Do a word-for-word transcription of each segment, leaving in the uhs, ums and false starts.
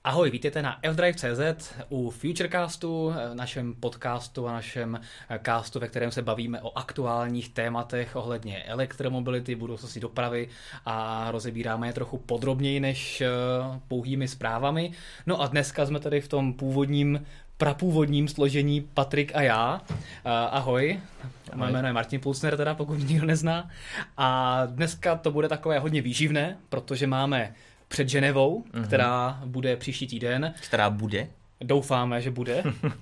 Ahoj, vítejte na F Drive tečka cé zet u Futurecastu, našem podcastu a našem castu, ve kterém se bavíme o aktuálních tématech ohledně elektromobility, budoucnosti dopravy a rozebíráme je trochu podrobněji než pouhými zprávami. No a dneska jsme tady v tom původním, prapůvodním složení Patrik a já. Ahoj, moje jméno je Martin Pulsner, teda pokud mě nikdo nezná. A dneska to bude takové hodně výživné, protože máme před Ženevou, mm-hmm. která bude příští týden. Která bude? Doufáme, že bude,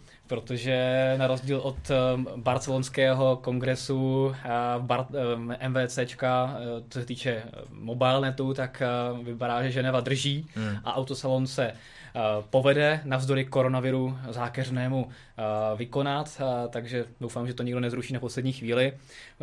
protože na rozdíl od barcelonského kongresu Bar- MVCčka, co se týče mobilenetu, tak vypadá, že Ženeva drží mm. a autosalon se povede navzdory koronaviru zákeřnému vykonat, takže doufám, že to nikdo nezruší na poslední chvíli.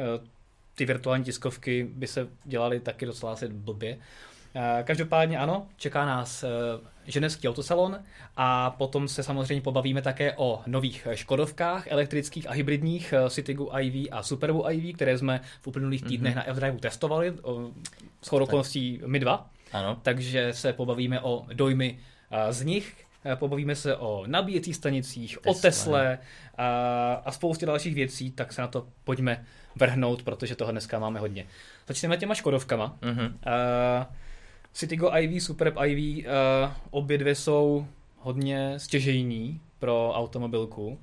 Ty virtuální tiskovky by se dělaly taky docela asi blbě. Každopádně ano, čeká nás ženevský autosalon a potom se samozřejmě pobavíme také o nových Škodovkách elektrických a hybridních Citigo I V a Superbu I V, které jsme v uplynulých týdnech mm-hmm. na F-Drive testovali, shodou okolností my dva. Ano. Takže se pobavíme o dojmy z nich, pobavíme se o nabíjecích stanicích, Tesla. o Tesle a, a spoustě dalších věcí, tak se na to pojďme vrhnout, protože toho dneska máme hodně. Začneme těma Škodovkama. Mm-hmm. A, Citigo I V, Superb I V, uh, obě dvě jsou hodně stěžejní pro automobilku. Uh,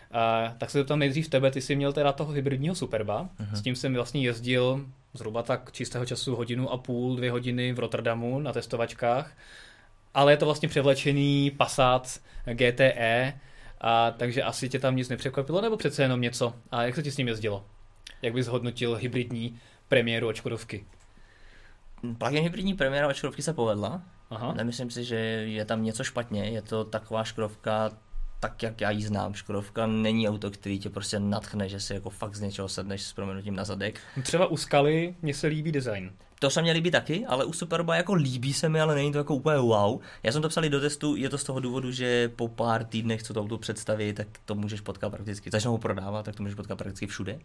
tak se zeptám nejdřív tebe, ty jsi měl teda toho hybridního Superba, uh-huh. S tím jsem vlastně jezdil zhruba tak čistého času hodinu a půl, dvě hodiny v Rotterdamu na testovačkách, ale je to vlastně převlečený Passat G T E, a takže asi tě tam nic nepřekvapilo, nebo přece jenom něco? A jak se ti s ním jezdilo? Jak bys hodnotil hybridní premiéru od Škodovky? Plug-in hybridní premiéra od Škodovky se povedla. Aha. Nemyslím si, že je tam něco špatně. Je to taková Škodovka, tak jak já ji znám. Škodovka není auto, který tě prostě nadchne, že si jako fakt z něčeho sedneš s proměnutím na zadek. Třeba u Skaly mně se líbí design. To se mě líbí taky, ale u Superba jako líbí se mi, ale není to jako úplně wow. Já jsem to psal do testu, je to z toho důvodu, že po pár týdnech, co to auto představí, tak to můžeš potkat prakticky. Začnou ho prodávat, tak to můžeš potkat prakticky všude.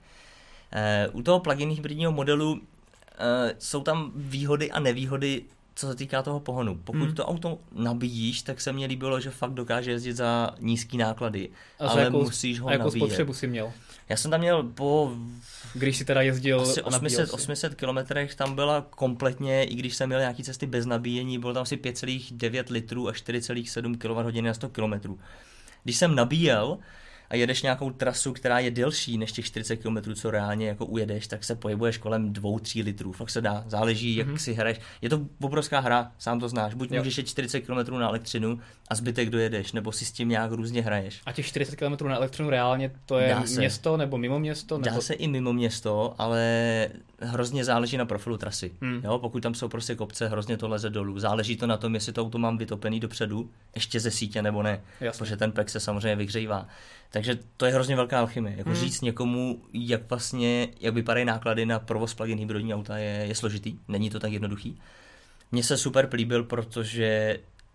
E, u toho plug-in hybridního modelu Uh, jsou tam výhody a nevýhody, co se týká toho pohonu. Pokud hmm. to auto nabíjíš, tak se mně líbilo, že fakt dokáže jezdit za nízký náklady, a ale jakou, musíš ho a jakou nabíjet. spotřebu jsi měl? Já jsem tam měl po... Když jsi teda jezdil asi osm set kilometrech, tam byla kompletně, i když jsem měl nějaký cesty bez nabíjení, bylo tam asi pět celá devět litrů a čtyři celá sedm kilowatthodin na sto kilometrů. Když jsem nabíjel a jedeš nějakou trasu, která je delší než těch čtyřicet kilometrů, co reálně jako ujedeš, tak se pohybuješ kolem dva až tři litrů. Fakt se dá, záleží, jak mm-hmm. si hraješ. Je to obrovská hra, sám to znáš. Buď jo. můžeš jet čtyřicet kilometrů na elektřinu a zbytek dojedeš, nebo si s tím nějak různě hraješ. A těch čtyřicet kilometrů na elektřinu reálně to je město nebo mimo město? Nebo... Dá se i mimo město, ale hrozně záleží na profilu trasy. Mm. Jo, pokud tam jsou prostě kopce, hrozně to leze dolů. Záleží to na tom, jestli to auto mám vytopený dopředu, ještě ze sítě nebo ne. Jasně. Protože ten pek se samozřejmě vyhřívá. Takže to je hrozně velká alchymie. Jako hmm. říct někomu, jak vlastně, jak vypadají náklady na provoz plug-in hybridní auta, je, je složitý. Není to tak jednoduchý. Mně se super líbil, protože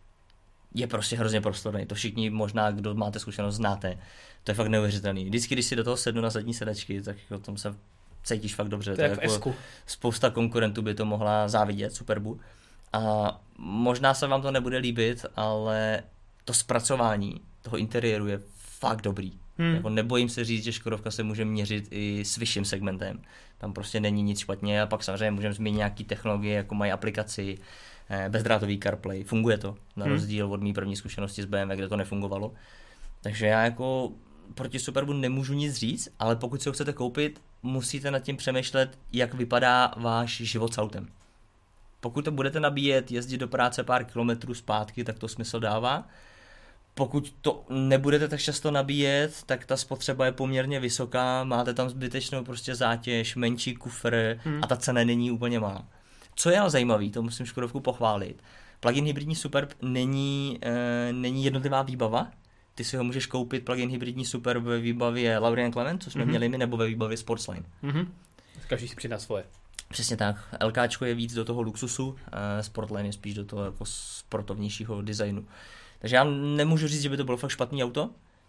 je prostě hrozně prostorný. To všichni možná, kdo máte zkušenost, znáte. To je fakt neuvěřitelný. Vždycky, když si do toho sednu na zadní sedačky, tak o tom se cítíš fakt dobře. To je jako spousta konkurentů by to mohla závidět, Superbu. A možná se vám to nebude líbit, ale to zpracování toho interiéru je fakt dobrý. Hmm. Jako nebojím se říct, že Škodovka se může měřit i s vyšším segmentem. Tam prostě není nic špatně a pak samozřejmě můžeme zmínit nějaký technologie, jako mají aplikaci, bezdrátový CarPlay. Funguje to, na rozdíl od mý první zkušenosti z B M W, kde to nefungovalo. Takže já jako proti Superbu nemůžu nic říct, ale pokud si ho chcete koupit, musíte nad tím přemýšlet, jak vypadá váš život s autem. Pokud to budete nabíjet, jezdit do práce pár kilometrů zpátky, tak to smysl dává. Pokud to nebudete tak často nabíjet, tak ta spotřeba je poměrně vysoká, máte tam zbytečnou prostě zátěž, menší kufr hmm. a ta cena není úplně malá. Co je ale zajímavý, to musím Škodovku pochválit, plug-in hybridní Superb není, e, není jednotlivá výbava, ty si ho můžeš koupit plug-in hybridní Superb ve výbavě Laurian Clement, co jsme mm-hmm. měli my, nebo ve výbavě Sportsline. Mm-hmm. Každý si přidá svoje. Přesně tak, LKčko je víc do toho luxusu, e, Sportline je spíš do toho jako sportovnějšího designu. Takže já nemůžu říct, že by to bylo fakt špatný auto,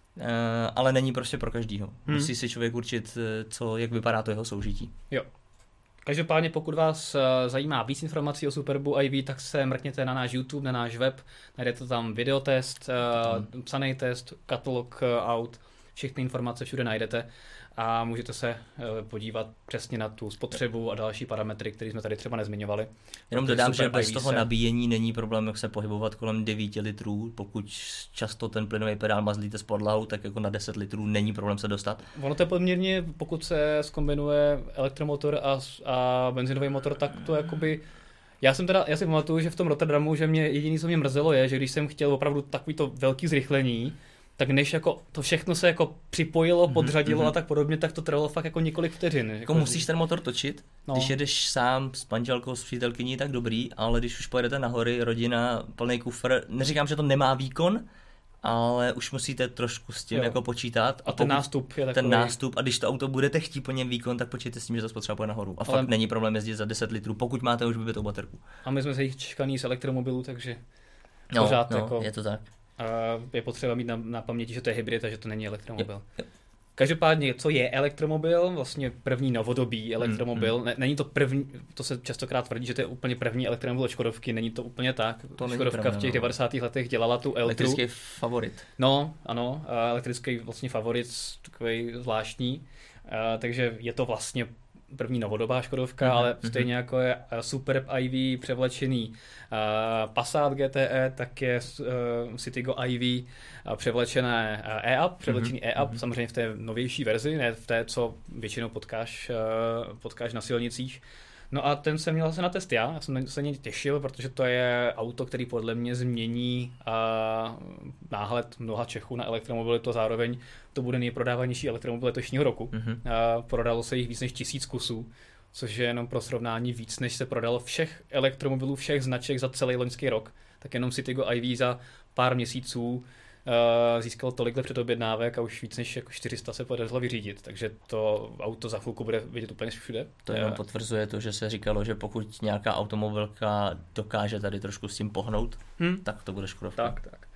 ale není prostě pro každýho. Hmm. Musí si člověk určit, co, jak vypadá to jeho soužití. Jo. Každopádně pokud vás zajímá víc informací o Superbu I V, tak se mrkněte na náš YouTube, na náš web, najdete tam videotest, hmm. psaný test, katalog aut, všechny informace všude najdete a můžete se podívat přesně na tu spotřebu a další parametry, které jsme tady třeba nezmiňovali. Jenom dodám, že bez toho se... nabíjení není problém, jak se pohybovat kolem devět litrů. Pokud často ten plynový pedál mazlíte s podlahou, tak jako na deset litrů není problém se dostat. Ono to je poměrně, pokud se zkombinuje elektromotor a, a benzinový motor, tak to jakoby... Já jsem teda, já si pamatuju, že v tom Rotterdamu, že mě jediné, co mě mrzelo, je, že když jsem chtěl opravdu takovýto velký zrychlení, tak než jako to všechno se jako připojilo, podřadilo mm-hmm. a tak podobně, tak to trvalo fakt jako několik vteřin. Jako musíš ten motor točit, no. Když jedeš sám s manželkou, s přítelkyní, tak dobrý, ale když už pojedete na hory, rodina, plný kufr, neříkám, že to nemá výkon, ale už musíte trošku s tím jo. jako počítat. A, a ten nástup je takový. Ten nástup a když to auto budete chtít po něm výkon, tak počítejte s tím, že to spotřeba pojede nahoru. A ale... fakt není problém jezdit za deset litrů, pokud máte už vybitou baterku. A my jsme se jich čekaný z elektromobilu, takže no, pořád no, jako... je to tak. A je potřeba mít na, na paměti, že to je hybrid a že to není elektromobil. Jo, jo. Každopádně, co je elektromobil? Vlastně první novodobý elektromobil. Mm, mm. Není to první, to se častokrát tvrdí, že to je úplně první elektromobil od Škodovky. Není to úplně tak. To Škodovka pravda, v těch no. devadesátých letech dělala tu Eltru. Elektrický favorit. No, ano, elektrický vlastně favorit, takový zvláštní. A, takže je to vlastně první novodobá Škodovka, mm-hmm. ale stejně jako je Superb I V převlečený uh, Passat G T E, tak je uh, Citigo I V uh, převlečené uh, E-Up, převlečený mm-hmm. E-Up, samozřejmě v té novější verzi, ne v té, co většinou potkáš, uh, potkáš na silnicích. No a ten jsem měl zase na test já, já jsem se na něj těšil, protože to je auto, který podle mě změní uh, náhled mnoha Čechů na elektromobily, to zároveň to bude nejprodávanější elektromobil letošního roku. Mm-hmm. Uh, prodalo se jich víc než tisíc kusů, což je jenom pro srovnání víc, než se prodalo všech elektromobilů, všech značek za celý loňský rok. Tak jenom Citigo I V za pár měsíců Uh, získal tolikhle předobjednávek a už víc než jako čtyři sta se podařilo vyřídit, takže to auto za chvilku bude vidět úplně všude. To jenom uh, potvrzuje to, že se říkalo, že pokud nějaká automobilka dokáže tady trošku s tím pohnout, hmm. tak to bude Škodovka. Tak, tak.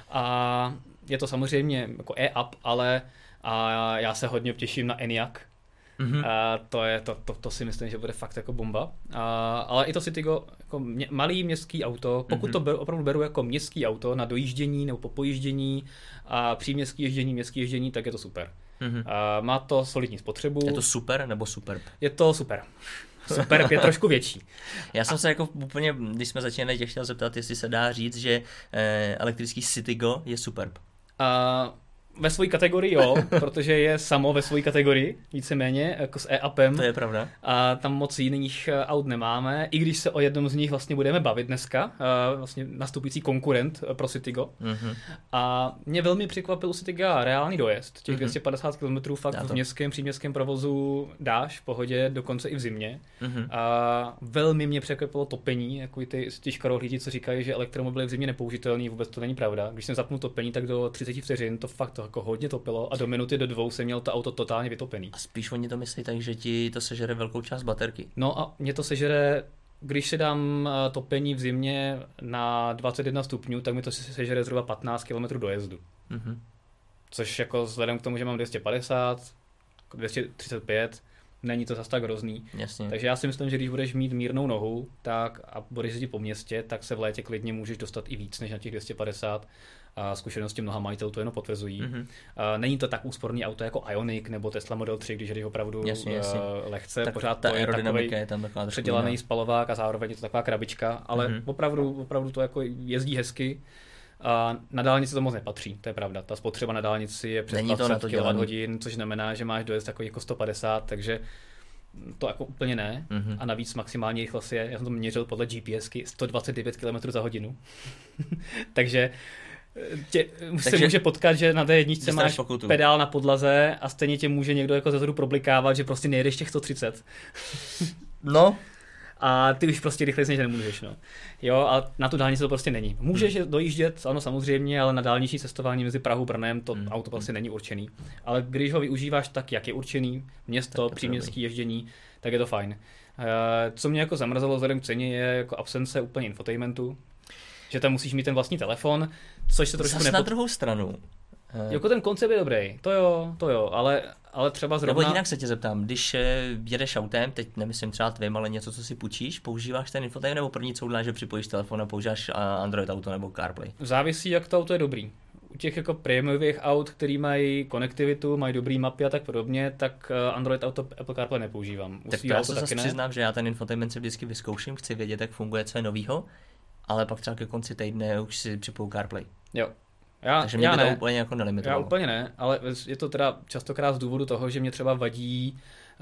A je to samozřejmě jako e-up, ale a já se hodně těším na Enyaq. Mm-hmm. A to, je, to, to, to si myslím, že bude fakt jako bomba. A, ale i to Citigo, jako mě, malý městský auto, pokud mm-hmm. to beru, opravdu beru jako městský auto na dojíždění nebo po pojíždění a příměstský ježdění, městský ježdění, tak je to super. Mm-hmm. A má to solidní spotřebu. Je to super nebo superb? Je to super. Superb je trošku větší. Já jsem a... se jako úplně, když jsme začínali, tě chtěl zeptat, jestli se dá říct, že eh, elektrický Citigo je superb. A... Ve své kategorii jo, protože je samo ve své kategorii, víceméně, jako s e-upem. To je pravda. A tam moc jiných aut nemáme, i když se o jednom z nich vlastně budeme bavit dneska, vlastně nastupující konkurent pro Citigo. Mm-hmm. A mě velmi překvapil u Citiga reálný dojezd. Těch mm-hmm. dvě stě padesát kilometrů fakt v městském, příměstském provozu dáš v pohodě, dokonce i v zimě. Mm-hmm. A velmi mě překvapilo topení, jako ty, ty škarohlídi, co říkají, že elektromobil je v zimě nepoužitelný, vůbec to není pravda. Když jsem zapnul topení, tak do třicet vteřin to fakt to jako hodně topilo a do minuty do dvou jsem měl to auto totálně vytopený. A spíš oni to myslí tak, že ti to sežere velkou část baterky. No a mě to sežere, když si dám topení v zimě na dvacet jedna stupňů, tak mi to sežere zhruba patnáct kilometrů dojezdu. Mm-hmm. Což jako vzhledem k tomu, že mám dvě stě padesát, dvě stě třicet pět, není to zase tak hrozný. Jasně. Takže já si myslím, že když budeš mít mírnou nohu tak a budeš jezdit po městě, tak se v létě klidně můžeš dostat i víc než na těch dvě stě padesát. A zkušenosti mnoha majitelů to jenom potvrzují. Mm-hmm. Není to tak úsporný auto jako Ioniq nebo Tesla Model tři, když jdeš opravdu jasně, jasně. lehce. Tak pořád ta to je takový je tam předělaný spalovák a zároveň je to taková krabička, ale mm-hmm. opravdu, opravdu to jako jezdí hezky. A na dálnici to moc nepatří, to je pravda. Ta spotřeba na dálnici je přes dvacet kilowatthodin, což znamená, že máš dojezd jako, jako sto padesát, takže to jako úplně ne. Mm-hmm. A navíc maximální rychlost je, já jsem to měřil podle GPSky, sto dvacet devět kilometrů za hodinu. Takže tě, se Takže může potkat, že na té jedničce máš pokutu. Pedál na podlaze a stejně tě může někdo jako zezadu problikávat, že prostě nejedeš těch sto třicet. No. A ty už prostě rychleji než nemůžeš, no. Jo, a na tu dálnici to prostě není. Můžeš hmm. dojíždět, ano samozřejmě, ale na dálniční cestování mezi Prahou a Brnem to hmm. auto prostě není určený. Ale když ho využíváš tak, jak je určený, město, příměstský ježdění, tak je to fajn. Uh, co mě jako zamrzelo vzhledem k ceně je jako absence úplně infotainmentu. Že tam musíš mít ten vlastní telefon, což se trošku Zas nepod... na druhou stranu, Uh, jako ten koncept je dobrý, to jo, to jo, ale, ale třeba zrovna... Nebo jinak se tě zeptám, když jedeš autem, teď nemyslím třeba tvým, ale něco, co si půjčíš, používáš ten infotainment nebo první co uděláš, že připojíš telefon a používáš Android Auto nebo CarPlay? Závisí, jak to auto je dobrý. U těch jako prémiových aut, který mají konektivitu, mají dobrý mapy a tak podobně, tak Android Auto, Apple CarPlay nepoužívám. Tak to já se zase přiznám, že já ten infotainment si vždycky vyzkouším, chci vědět, jak funguje, co je novýho, ale pak třeba ke konci týdne už si připoju CarPlay. Jo. Já, Takže mě já by to ne. úplně jako nelimitovalo. Já úplně ne, ale je to teda častokrát z důvodu toho, že mě třeba vadí,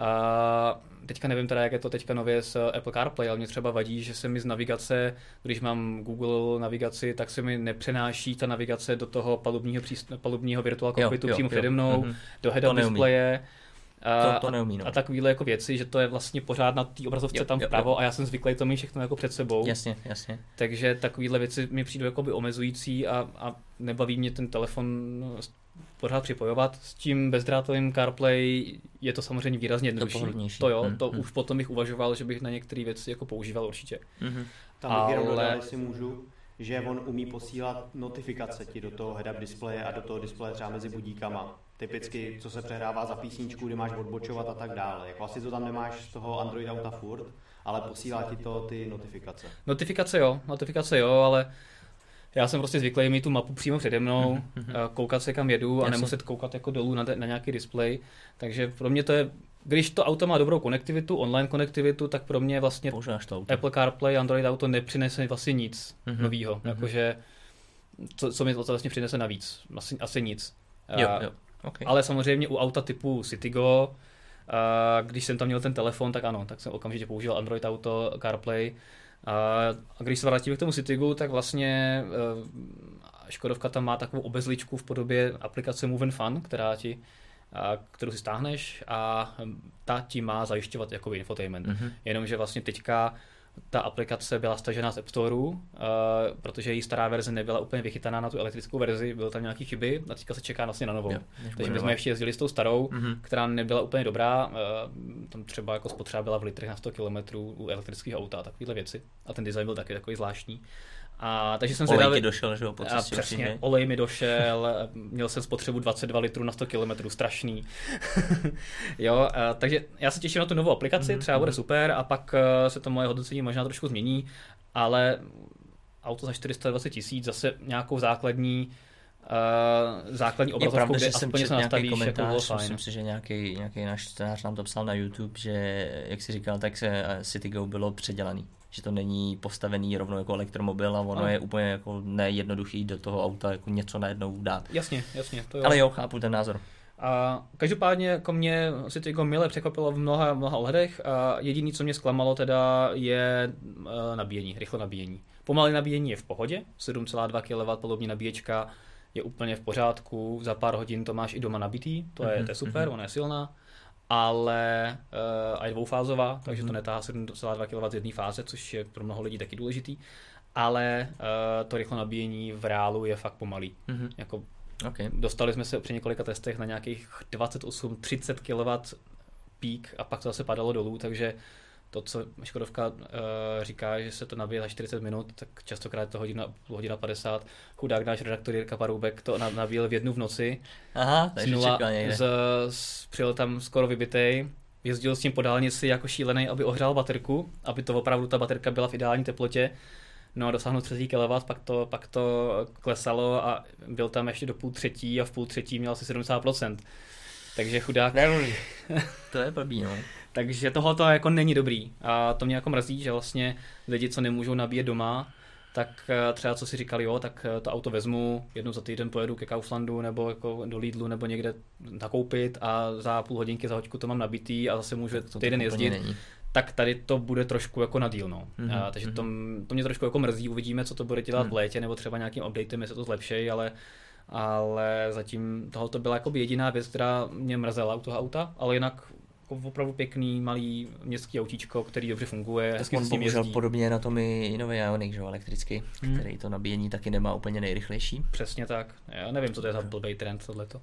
a teďka nevím teda, jak je to teďka nově s Apple CarPlay, ale mě třeba vadí, že se mi z navigace, když mám Google navigaci, tak se mi nepřenáší ta navigace do toho palubního, příst- palubního virtual cockpitu přímo přede mnou, mm-hmm. do head-up displeje. A, to, to neumí, no. a takovýhle jako věci, že to je vlastně pořád na té obrazovce jo, tam jo, vpravo jo. A já jsem zvyklý to mít všechno jako před sebou. Jasně, jasně. Takže takovýhle věci mi přijdou jakoby omezující a, a nebaví mě ten telefon pořád připojovat. S tím bezdrátovým CarPlay je to samozřejmě výrazně jednodušší. To, to jo, hmm, to hmm. už potom bych uvažoval, že bych na některé věci jako používal určitě. Hmm. Tam bych ale... jenom dodal, jestli můžu, že on umí posílat notifikace ti do toho head-up displeje a do toho displeje třeba mezi budíkama. Typicky, co se přehrává za písničku, kdy máš odbočovat a tak dále. Jako asi to tam nemáš z toho Android Auta furt, ale posílá ti to ty notifikace. Notifikace jo, notifikace jo, ale já jsem prostě zvyklý mít tu mapu přímo přede mnou, mm-hmm. koukat se kam jedu a Jasně. nemuset koukat jako dolů na, na nějaký displej. Takže pro mě to je, když to auto má dobrou konektivitu, online konektivitu, tak pro mě vlastně Apple CarPlay, Android Auto nepřinese vlastně nic mm-hmm. novýho. Mm-hmm. Jakože, co, co mi to vlastně přinese navíc? Asi, asi nic. Jo, jo. Okay. Ale samozřejmě u auta typu Citigo, a když jsem tam měl ten telefon, tak ano, tak jsem okamžitě použil Android Auto, CarPlay. A když se vrátíme k tomu Citigu, tak vlastně Škodovka tam má takovou obezličku v podobě aplikace Move and Fun, která ti, kterou si stáhneš a ta ti má zajišťovat jakoby infotainment. Mm-hmm. Jenomže vlastně teďka ta aplikace byla stažená z App Storeu, uh, protože její stará verze nebyla úplně vychytaná na tu elektrickou verzi, byly tam nějaké chyby a teďka se čeká vlastně na novou. Jo, takže my jsme ještě jezdili s tou starou, mm-hmm. která nebyla úplně dobrá, uh, tam třeba jako spotřeba byla v litrech na sto kilometrů u elektrických aut a takovéhle věci. A ten design byl taky takový zvláštní. A, takže jsem olej zvědavý, ti došel, že jo, po cestě. Přesně, určitě. Olej mi došel, měl jsem spotřebu dvacet dva litrů na sto kilometrů, strašný. Jo, a, takže já se těším na tu novou aplikaci, mm-hmm. třeba bude super a pak uh, se to moje hodnocení možná trošku změní, ale auto za čtyři sta dvacet tisíc, zase nějakou základní Uh, základní obrazovku, kde aspoň se nastavíš, jako bylo fajn. Myslím si, že nějaký, nějaký náš čtenář nám to psal na YouTube, že, jak jsi říkal, tak se Citigo bylo předělaný. Že to není postavený rovnou jako elektromobil a ono no. je úplně jako nejednoduchý do toho auta jako něco najednou dát. Jasně, jasně. To jo. Ale jo, chápu ten názor. A každopádně jako mě Citigo mile překvapilo v mnoha, mnoha ohledech a jediné, co mě zklamalo teda je uh, nabíjení, rychle nabíjení. Pomalé nabíjení je v pohodě, sedm celá dva kilowattů palubní nabíječka je úplně v pořádku, za pár hodin to máš i doma nabitý, to je, mm-hmm. to je super, ona je silná, ale uh, a je dvoufázová, takže mm-hmm. to netáhá sedm celá dva kilowattů z jedné fáze, což je pro mnoho lidí taky důležitý, ale uh, to rychle nabíjení v reálu je fakt pomalý. Mm-hmm. Jako, okay. Dostali jsme se při několika testech na nějakých dvacet osm třicet kilowattů pík a pak to zase padalo dolů, takže to, co Škodovka uh, říká, že se to nabíje za čtyřicet minut, tak častokrát je to hodina, hodina padesát. Chudák náš redaktor Jirka Paroubek to nabíjel v jednu v noci. Aha, takže čekal někde. Z, z, přijel tam skoro vybitej, jezdil s tím po dálnici jako šílený, aby ohřál baterku, aby to opravdu ta baterka byla v ideální teplotě. No a dosáhnout třicet kilowattů, pak to, pak to klesalo a byl tam ještě do půl třetí a v půl třetí měl asi sedmdesát procent. Takže chudák. To je blbý, no. Takže tohle jako není dobrý a to mě jako mrzí, že vlastně lidi, co nemůžou nabíjet doma, tak třeba co si říkali, jo, tak to auto vezmu, jednou za týden pojedu ke Kauflandu nebo jako do Lidlu nebo někde nakoupit a za půl hodinky, za hoďku to mám nabitý a zase můžu to týden jezdit. Není. Tak tady to bude trošku jako na díl, no. Mm-hmm. A, takže to, to mě trošku jako mrzí, uvidíme, co to bude dělat mm. v létě nebo třeba nějakým updatem, jestli to zlepší, ale ale zatím tohle byla jako jediná věc, která mě mrzela u toho auta, ale jinak jako opravdu pěkný, malý městský autíčko, který dobře funguje. Tak on bohužel podobně na tom i nový Ioniq, že elektrický, hmm. který to nabíjení taky nemá úplně nejrychlejší. Přesně tak. Já nevím, co to je za blbej trend tohleto.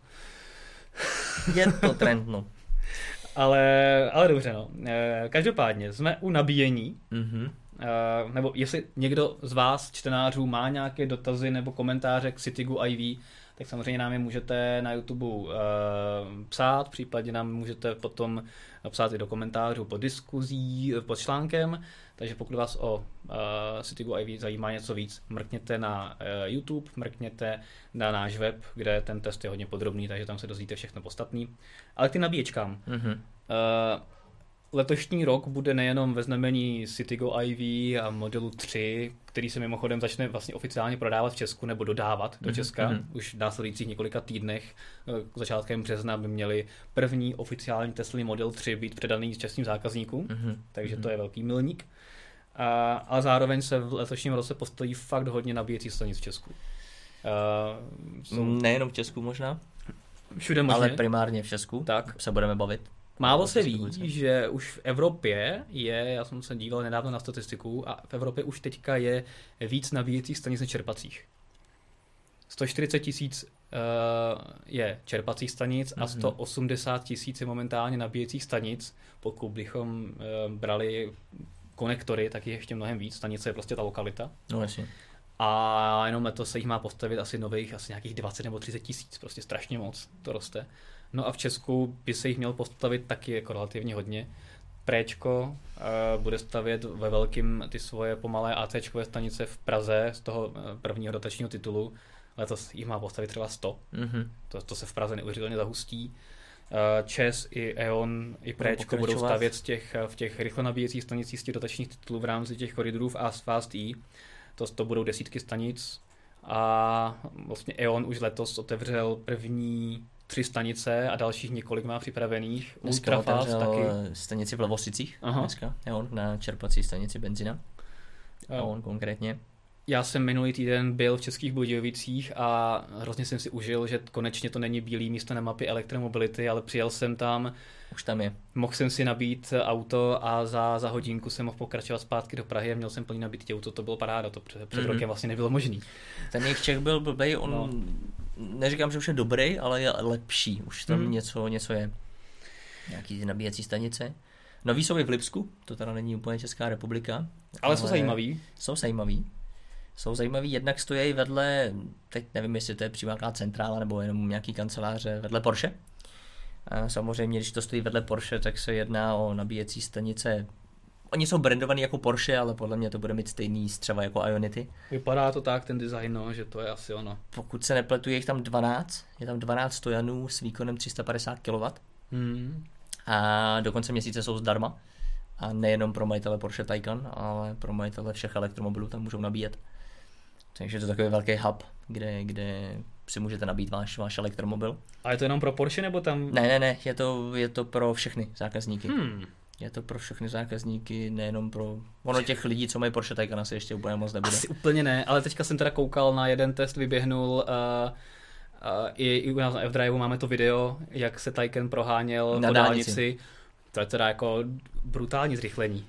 Je to trend, no. ale, ale dobře, no. Každopádně jsme u nabíjení. Mm-hmm. Nebo jestli někdo z vás, čtenářů, má nějaké dotazy nebo komentáře k Citigu I V, tak samozřejmě nám je můžete na YouTube uh, psát, případně nám můžete potom psát i do komentářů pod diskuzí, pod článkem, takže pokud vás o uh, CityGo I V zajímá něco víc, mrkněte na uh, YouTube, mrkněte na náš web, kde ten test je hodně podrobný, takže tam se dozvíte všechno podstatný. Ale k ty nabíječkám. Mm-hmm. Uh, Letošní rok bude nejenom ve znamení CityGo I V a modelu tři, který se mimochodem začne vlastně oficiálně prodávat v Česku nebo dodávat do Česka. Mm-hmm. Už v následujících několika týdnech, začátkem března by měli první oficiální Tesla Model tři být předaný českým zákazníkům, mm-hmm. takže to je velký milník. A, ale zároveň se v letošním roce postaví fakt hodně nabíjecích stanic v Česku. Uh, jsou... Nejenom v Česku možná, všude možně. Ale primárně v Česku tak se budeme bavit. Málo se ví, že už v Evropě je, já jsem se díval nedávno na statistiku, a v Evropě už teďka je víc nabíjecích stanic než čerpacích. sto čtyřicet tisíc uh, je čerpacích stanic mm-hmm. a sto osmdesát tisíc je momentálně nabíjecích stanic. Pokud bychom uh, brali konektory, tak je ještě mnohem víc. Stanice je prostě ta lokalita. No jasně. A jenom letos se jich má postavit asi nových, asi nějakých dvacet nebo třicet tisíc, prostě strašně moc to roste. No a v Česku by se jich měl postavit taky jako relativně hodně. Préčko uh, bude stavět ve velkým ty svoje pomalé ACčkové stanice v Praze z toho uh, prvního dotačního titulu. Letos jich má postavit třeba sto. Mm-hmm. To, to se v Praze neuvěřitelně zahustí. Uh, ČES i E O N i Préčko budou stavět z těch, v těch rychle nabíjecích stanicích z těch dotačních titulů v rámci těch koridorů v Fast E. To, to budou desítky stanic. A vlastně E O N už letos otevřel první tři stanice a dalších několik má připravených. Dneska otevřel taky stanici v Levosicích. Aha. Dneska, E O N na čerpací stanici benzina. E O N konkrétně. Já jsem minulý týden byl v Českých Budějovicích a hrozně jsem si užil, že konečně to není bílý místo na mapě elektromobility, ale přijel jsem tam. Už tam je. Mohl jsem si nabít auto a za, za hodinku jsem mohl pokračovat zpátky do Prahy a měl jsem plný nabitý auto, to bylo paráda, to před, před mm-hmm. rokem vlastně nebylo možný. Ten jejich Čech byl blbej, on, no. neříkám, že už je dobrý, ale je lepší, už tam mm. něco, něco je. Nějaký nabíjecí stanice. Noví jsou i v Lipsku, to teda není úplně Česká republika. Ale, ale jsou zajímavý. Jsou zajímavý. Jsou zajímavý, jednak stojí vedle, teď nevím, jestli to je přímá centrála nebo jenom nějaký kanceláře, vedle Porsche. A samozřejmě, když to stojí vedle Porsche, tak se jedná o nabíjecí stanice. Oni jsou brandovaný jako Porsche, ale podle mě to bude mít stejný střeva jako Ionity. Vypadá to tak, ten design, no, že to je asi ono. Pokud se nepletu, je jich tam dvanáct, je tam dvanáct stojanů s výkonem tři sta padesát kilowattů. Hmm. A do konce měsíce jsou zdarma. A nejenom pro majitele Porsche Taycan, ale pro majitele všech elektromobilů tam můžou nabíjet. Takže to je takový velký hub, kde, kde si můžete nabít váš, váš elektromobil. A je to jenom pro Porsche nebo tam? Ne, ne, ne, je to, je to pro všechny zákazníky. Hmm. Je to pro všechny zákazníky, nejenom pro... Ono těch lidí, co mají Porsche Taycan, asi ještě úplně moc nebude. Asi úplně ne, ale teďka jsem teda koukal na jeden test, vyběhnul uh, uh, i, i u nás na F-Drive máme to video, jak se Taycan proháněl na po dálnici. To je teda jako brutální zrychlení.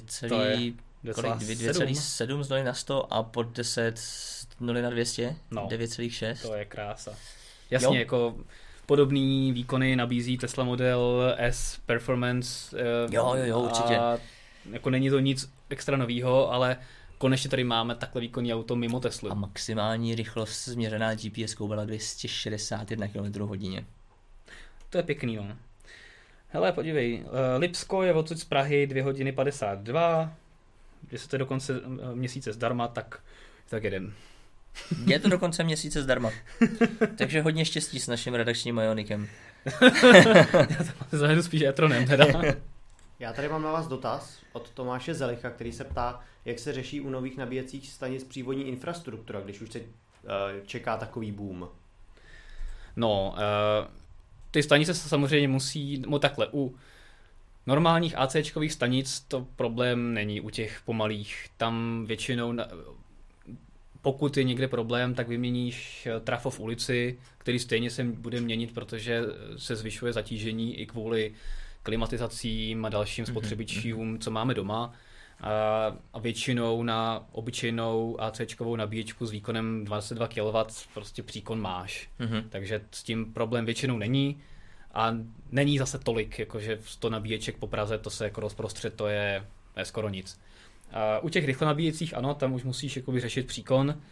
dvě celá sedm z nuly na sto a pod deset z nuly na dvě stě, no, devět celá šest. To je krása. Jasně, jo. Jako podobný výkony nabízí Tesla Model S Performance. Jo, jo, jo, určitě. A jako není to nic extra novýho, ale konečně tady máme takhle výkonný auto mimo Teslu. A maximální rychlost změřená G P S kou byla dvě stě šedesát jedna kilometrů hodině. To je pěkný, no. Hele, podívej, Lipsko je odsud z Prahy dvě hodiny padesát dva, jestli to je do konce měsíce zdarma, tak, tak jedem. Je to do konce měsíce zdarma, takže hodně štěstí s naším redakčním Ionikem. Já to zajedu spíš e-tronem teda. Já tady mám na vás dotaz od Tomáše Zelicha, který se ptá, jak se řeší u nových nabíjecích stanic přívodní infrastruktura, když už se uh, čeká takový boom. No, uh, ty stanice se samozřejmě musí, no takhle, u normálních ACčkových stanic to problém není, u těch pomalých. Tam většinou, pokud je někde problém, tak vyměníš trafo v ulici, který stejně se bude měnit, protože se zvyšuje zatížení i kvůli klimatizacím a dalším spotřebičům, co máme doma. A většinou na obyčejnou ACčkovou nabíječku s výkonem dvacet dva kilowattů prostě příkon máš. Mm-hmm. Takže s tím problém většinou není. A není zase tolik, jakože sto nabíječek po Praze, to se jako rozprostřed, to je, je skoro nic. A u těch rychlonabíjecích, ano, tam už musíš jakoby řešit příkon.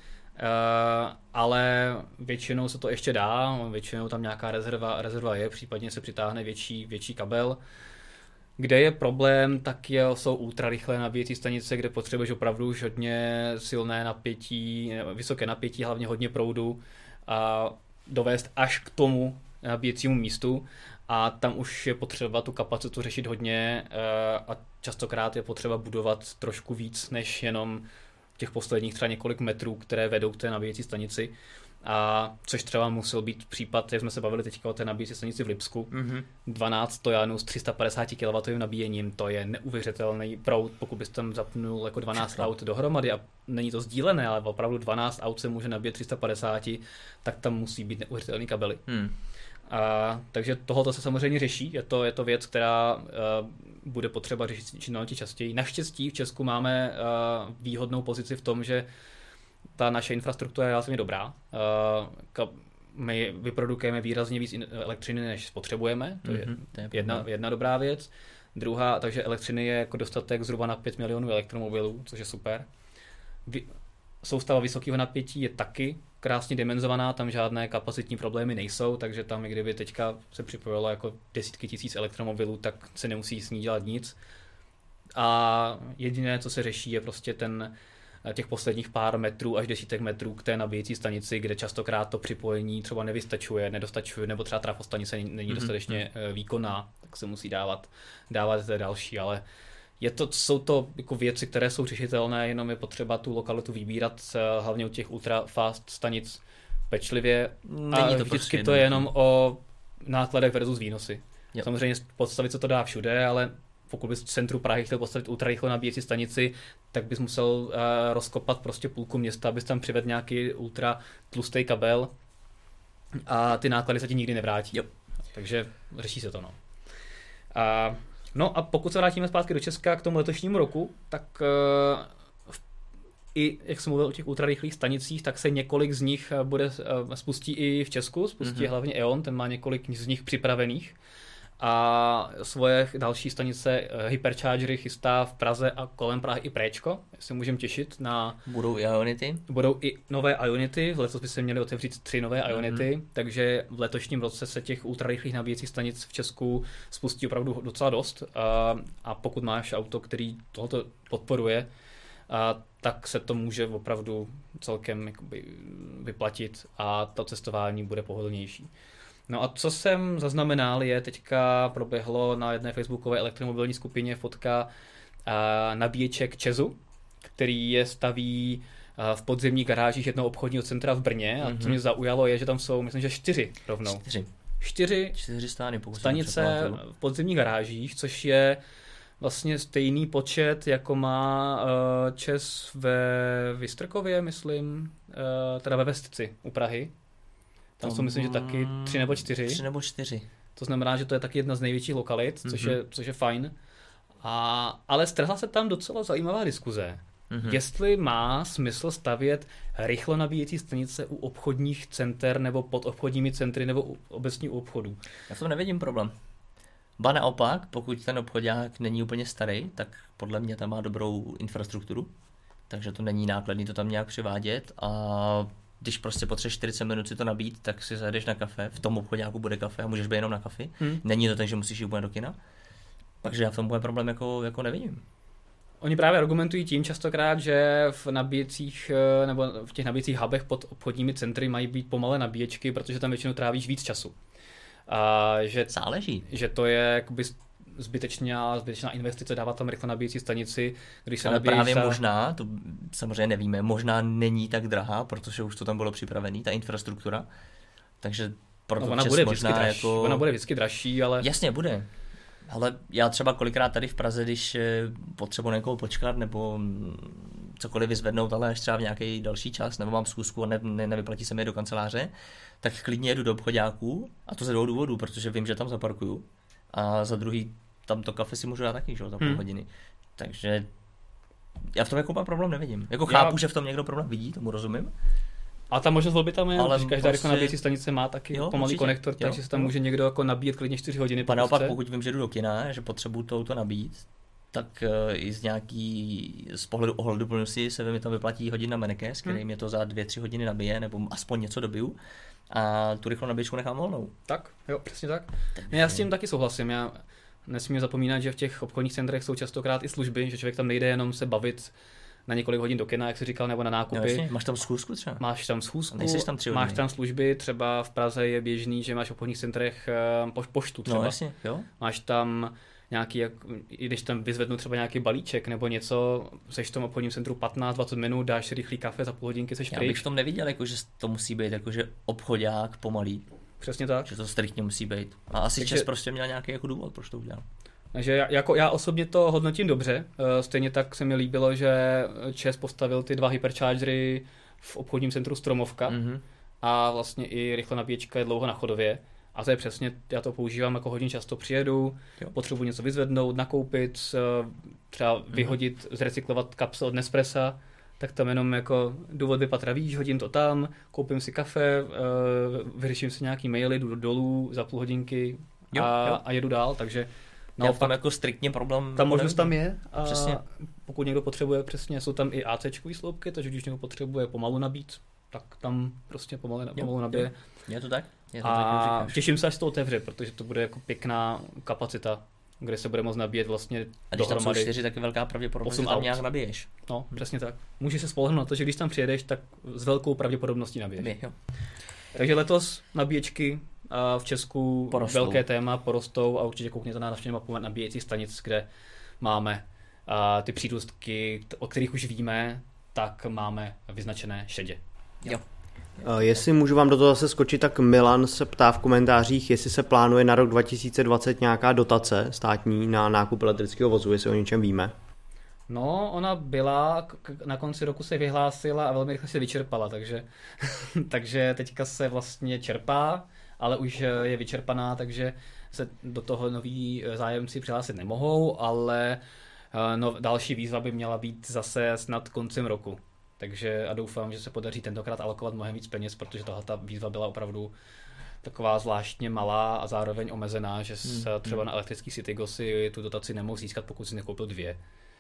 ale většinou se to ještě dá, většinou tam nějaká rezerva, rezerva je, případně se přitáhne větší, větší kabel. Kde je problém, tak je, jsou ultrarychlé nabíjecí stanice, kde potřebuješ opravdu už hodně silné napětí, vysoké napětí, hlavně hodně proudu a dovést až k tomu nabíjecímu místu a tam už je potřeba tu kapacitu řešit hodně a častokrát je potřeba budovat trošku víc než jenom těch posledních třeba několik metrů, které vedou k té nabíjecí stanici. A což třeba musel být případ, jak jsme se bavili teďka o té nabíjecí stanici v Lipsku. Mm-hmm. dvanáct stojanů s tři sta padesát kilowattů nabíjením, to je neuvěřitelný proud, pokud bys tam zapnul jako dvanáct Všechno. aut dohromady a není to sdílené, ale opravdu dvanáct aut se může nabíjet tři sta padesát, tak tam musí být neuvěřitelný kabely. Mm. A, takže tohoto se samozřejmě řeší, je to, je to věc, která uh, bude potřeba řešit čím častěji. Naštěstí v Česku máme uh, výhodnou pozici v tom, že ta naše infrastruktura je relativně dobrá. My vyprodukujeme výrazně víc elektřiny, než spotřebujeme. To je, mm-hmm, to je jedna, jedna dobrá věc. Druhá, takže elektřiny je jako dostatek zhruba na pět milionů elektromobilů, což je super. Soustava vysokého napětí je taky krásně dimenzovaná, tam žádné kapacitní problémy nejsou, takže tam, i kdyby teďka se připojilo jako desítky tisíc elektromobilů, tak se nemusí s ní dělat nic. A jediné, co se řeší, je prostě ten těch posledních pár metrů až desítek metrů k té nabíjecí stanici, kde častokrát to připojení třeba nevystačuje, nedostačuje, nebo třeba trafostanice není dostatečně mm-hmm. výkonná, tak se musí dávat, dávat té další, ale je to, jsou to jako věci, které jsou řešitelné, jenom je potřeba tu lokalitu vybírat, hlavně u těch ultra fast stanic pečlivě. Není a to vždycky prostě to je jenom o nákladech versus výnosy. Jo. Samozřejmě podstavit se to dá všude, ale pokud bys v centru Prahy chtěl postavit ultrarychlou nabíjecí stanici, tak bys musel uh, rozkopat prostě půlku města, abys tam přivedl nějaký ultra tlustý kabel a ty náklady se ti nikdy nevrátí. Jo. Takže řeší se to. No. A, no a pokud se vrátíme zpátky do Česka k tomu letošnímu roku, tak uh, i, jak jsem mluvil o těch ultrarychlých stanicích, tak se několik z nich bude uh, spustí i v Česku, spustí mm-hmm. hlavně E O N, ten má několik z nich připravených. A svoje další stanice Hyperchargery chystá v Praze a kolem Prahy i Préčko. Se můžeme těšit na... Budou i Ionity? Budou i nové Ionity. Letos by se měly otevřít tři nové Ionity, mm-hmm. takže v letošním roce se těch ultrarychlých nabíjecích stanic v Česku spustí opravdu docela dost. A, a pokud máš auto, který tohoto podporuje, a, tak se to může opravdu celkem jakoby vyplatit a to cestování bude pohodlnější. No a co jsem zaznamenal je, teďka proběhlo na jedné facebookové elektromobilní skupině fotka a, nabíječek Česu, který je staví a, v podzemních garážích jednoho obchodního centra v Brně. Mm-hmm. A co mě zaujalo je, že tam jsou, myslím, že čtyři rovnou. Čtyři. Čtyři, čtyři stány, stanice v podzemních garážích, což je vlastně stejný počet, jako má uh, Čes ve Vystrkově, myslím, uh, teda ve Vestci u Prahy. Tam jsou, myslím, že taky tři nebo čtyři. Tři nebo čtyři. To znamená, že to je taky jedna z největších lokalit, mm-hmm. což, je, což je fajn. A, ale strhla se tam docela zajímavá diskuze. Mm-hmm. Jestli má smysl stavět rychlo nabíjecí stanice u obchodních center nebo pod obchodními centry nebo u, obecně u obchodů. Já v tom nevidím problém. Ba naopak, pokud ten obchodák není úplně starý, tak podle mě tam má dobrou infrastrukturu, takže to není nákladný to tam nějak přivádět a když prostě potřebuješ čtyřicet minut si to nabít, tak si zajdeš na kafe, v tom obchodňáku bude kafe a můžeš být jenom na kafi. Hmm. Není to tak, že musíš jít úplně do kina. Takže já v tom bude problém jako, jako nevidím. Oni právě argumentují tím častokrát, že v nabíjecích nebo v těch nabíjecích hubech pod obchodními centry mají být pomalé nabíječky, protože tam většinou trávíš víc času. A že, Záleží. Že to je jakoby zbytečná, zbytečná investice dávat tam rychle nabíjecí stanici, když se ale nabíjíš právě za... možná, to samozřejmě nevíme, možná není tak drahá, protože už to tam bylo připravené, ta infrastruktura, takže proto no, ona bude možná dražší, jako... Ona bude vždycky dražší, ale... Jasně, bude. Ale já třeba kolikrát tady v Praze, když potřebuji někoho počkat nebo cokoliv vyzvednout, ale až třeba v nějaký další čas, nebo mám schůzku a ne, ne, nevyplatí se mi do kanceláře, tak klidně jedu do obchoďáků a to ze dvou důvodů, protože vím, že tam zaparkuju a za druhý tam to kafe si můžu dát taky, že, za půl hmm. hodiny. Takže já v tom jako problém nevidím. Jako chápu, já... že v tom někdo problém vidí, tomu rozumím. A ta možnost volby tam je, ale každá prostě... rychlá nabíjecí stanice má taky jo, pomalý určitě. konektor, takže se tam může někdo jako nabíjet klidně čtyři hodiny. A naopak, pokud vím, že jdu do kina, že potřebuju to auto nabít, tak uh, i z nějaký, z pohledu ohleduplnosti se mi tam vyplatí hodit na Menekes, který hmm. mě to za dvě, tři hodiny nabije, nebo aspoň něco dobiju. A tu rychlou nabíječku nechám volnou. Tak, jo, přesně tak. Takže... Já s tím taky souhlasím. Já nesmím zapomínat, že v těch obchodních centrech jsou častokrát i služby, že člověk tam nejde jenom se bavit na několik hodin do kina, jak jsi říkal, nebo na nákupy. No, jasně. Máš tam schůzku třeba? Máš tam schůzku, nejseš tam tři hodiny. Máš tam služby, třeba v Praze je běžný, že máš v obchodních centrech po, poštu třeba. No, jasně, jo. Máš tam nějaký, jak, i když tam vyzvednu třeba nějaký balíček nebo něco, seš v tom obchodním centru patnáct dvacet minut, dáš si rychlý kafe, za půl hodinky seš pryč. Já bych v tom neviděl, jako, že to musí být jakože obchodák pomalý. Přesně tak. Že to striktně musí být. A asi Takže... Čes prostě měl nějaký jako důvod, proč to udělal. Takže já, jako já osobně to hodnotím dobře. Stejně tak se mi líbilo, že Čes postavil ty dva hyperchargery v obchodním centru Stromovka mm-hmm. a vlastně i rychle nabíječka je dlouho na chodově. A to je přesně, já to používám jako hodně často přijedu, jo. Potřebuji něco vyzvednout, nakoupit, třeba mm-hmm. vyhodit, zrecyklovat kapsel od Nespressa, tak tam jenom jako důvod vypatra, víš, hodím to tam, koupím si kafe, vyřeším si nějaký maily, jdu dolů za půl hodinky jo, a, jo. a jedu dál, takže no, já tam jako striktně problém. Ta možnost tam je a přesně. Pokud někdo potřebuje, přesně, jsou tam i ACčkový sloupky, takže když někdo potřebuje pomalu nabít, tak tam prostě pomalu, pomalu nabije. Jo. Je to tak? Je to a tak, těším se, až to otevře, protože to bude jako pěkná kapacita, kde se bude moct nabíjet vlastně a když dohromady. Tam jsou čtyři, tak je velká pravděpodobnost, že tam aut. Nějak nabiješ. No, přesně tak. Můžeš se spolehnout na to, že když tam přijedeš, tak s velkou pravděpodobností nabiješ. Nabije, jo. Takže letos nabíječky a v Česku porostou. Velké téma, porostou a určitě koukněte na naši mapu nabíjecích stanic, kde máme a ty přírůstky, o kterých už víme, tak máme vyznačené šedě. Jo. Jestli můžu vám do toho zase skočit, tak Milan se ptá v komentářích, jestli se plánuje na rok dva tisíce dvacet nějaká dotace státní na nákup elektrického vozu, jestli o něčem víme. No, ona byla, na konci roku se vyhlásila a velmi rychle se vyčerpala, takže, takže teďka se vlastně čerpá, ale už je vyčerpaná, takže se do toho noví zájemci přihlásit nemohou, ale no, další výzva by měla být zase snad koncem roku. Takže a doufám, že se podaří tentokrát alokovat mnohem víc peněz, protože tahle ta výzva byla opravdu taková zvláštně malá a zároveň omezená, že se hmm. třeba na elektrický Citigo si tu dotaci nemohl získat, pokud si nekoupil dvě.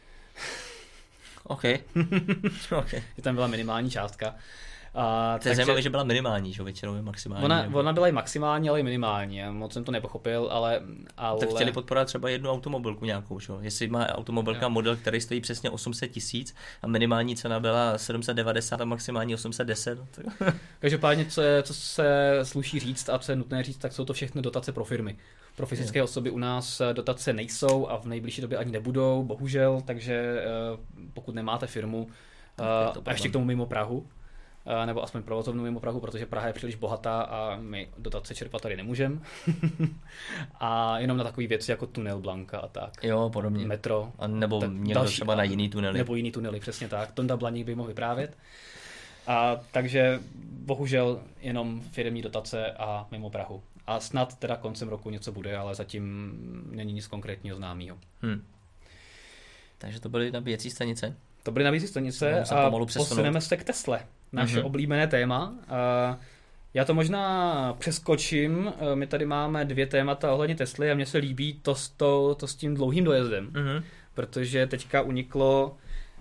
OK. okay. Tam byla minimální částka. A, to je zajímavé, že byla minimální, že většinou je maximální. Ona, nebo... ona byla i maximální, ale i minimální. Já moc jsem to nepochopil, ale... ale... Tak chtěli podporovat třeba jednu automobilku nějakou, že? Jestli má automobilka jo. model, který stojí přesně osm set tisíc a minimální cena byla sedm set devadesát a maximální osm set deset. Každopádně, co, je, co se sluší říct a co je nutné říct, tak jsou to všechny dotace pro firmy. Pro fyzické je. osoby u nás dotace nejsou a v nejbližší době ani nebudou, bohužel, takže pokud nemáte firmu a ještě k tomu mimo Prahu, nebo aspoň provozovnu mimo Prahu, protože Praha je příliš bohatá a my dotace čerpat tady nemůžeme. A jenom na takové věci jako tunel Blanka a tak. Jo, podobně. Metro. A nebo někdo další, třeba na jiný tunely. Nebo jiný tunely, přesně tak. Tonda Blaník by mohl vyprávět. A takže bohužel jenom firemní dotace a mimo Prahu. A snad teda koncem roku něco bude, ale zatím není nic konkrétního známého. Hmm. Takže to byly nabíjecí stanice. To byly nabíjecí stanice a posuneme se k Tesle. Naše mm-hmm. oblíbené téma. Já to možná přeskočím. My tady máme dvě témata ohledně Tesly a mně se líbí to s, to, to s tím dlouhým dojezdem. Mm-hmm. Protože teďka uniklo,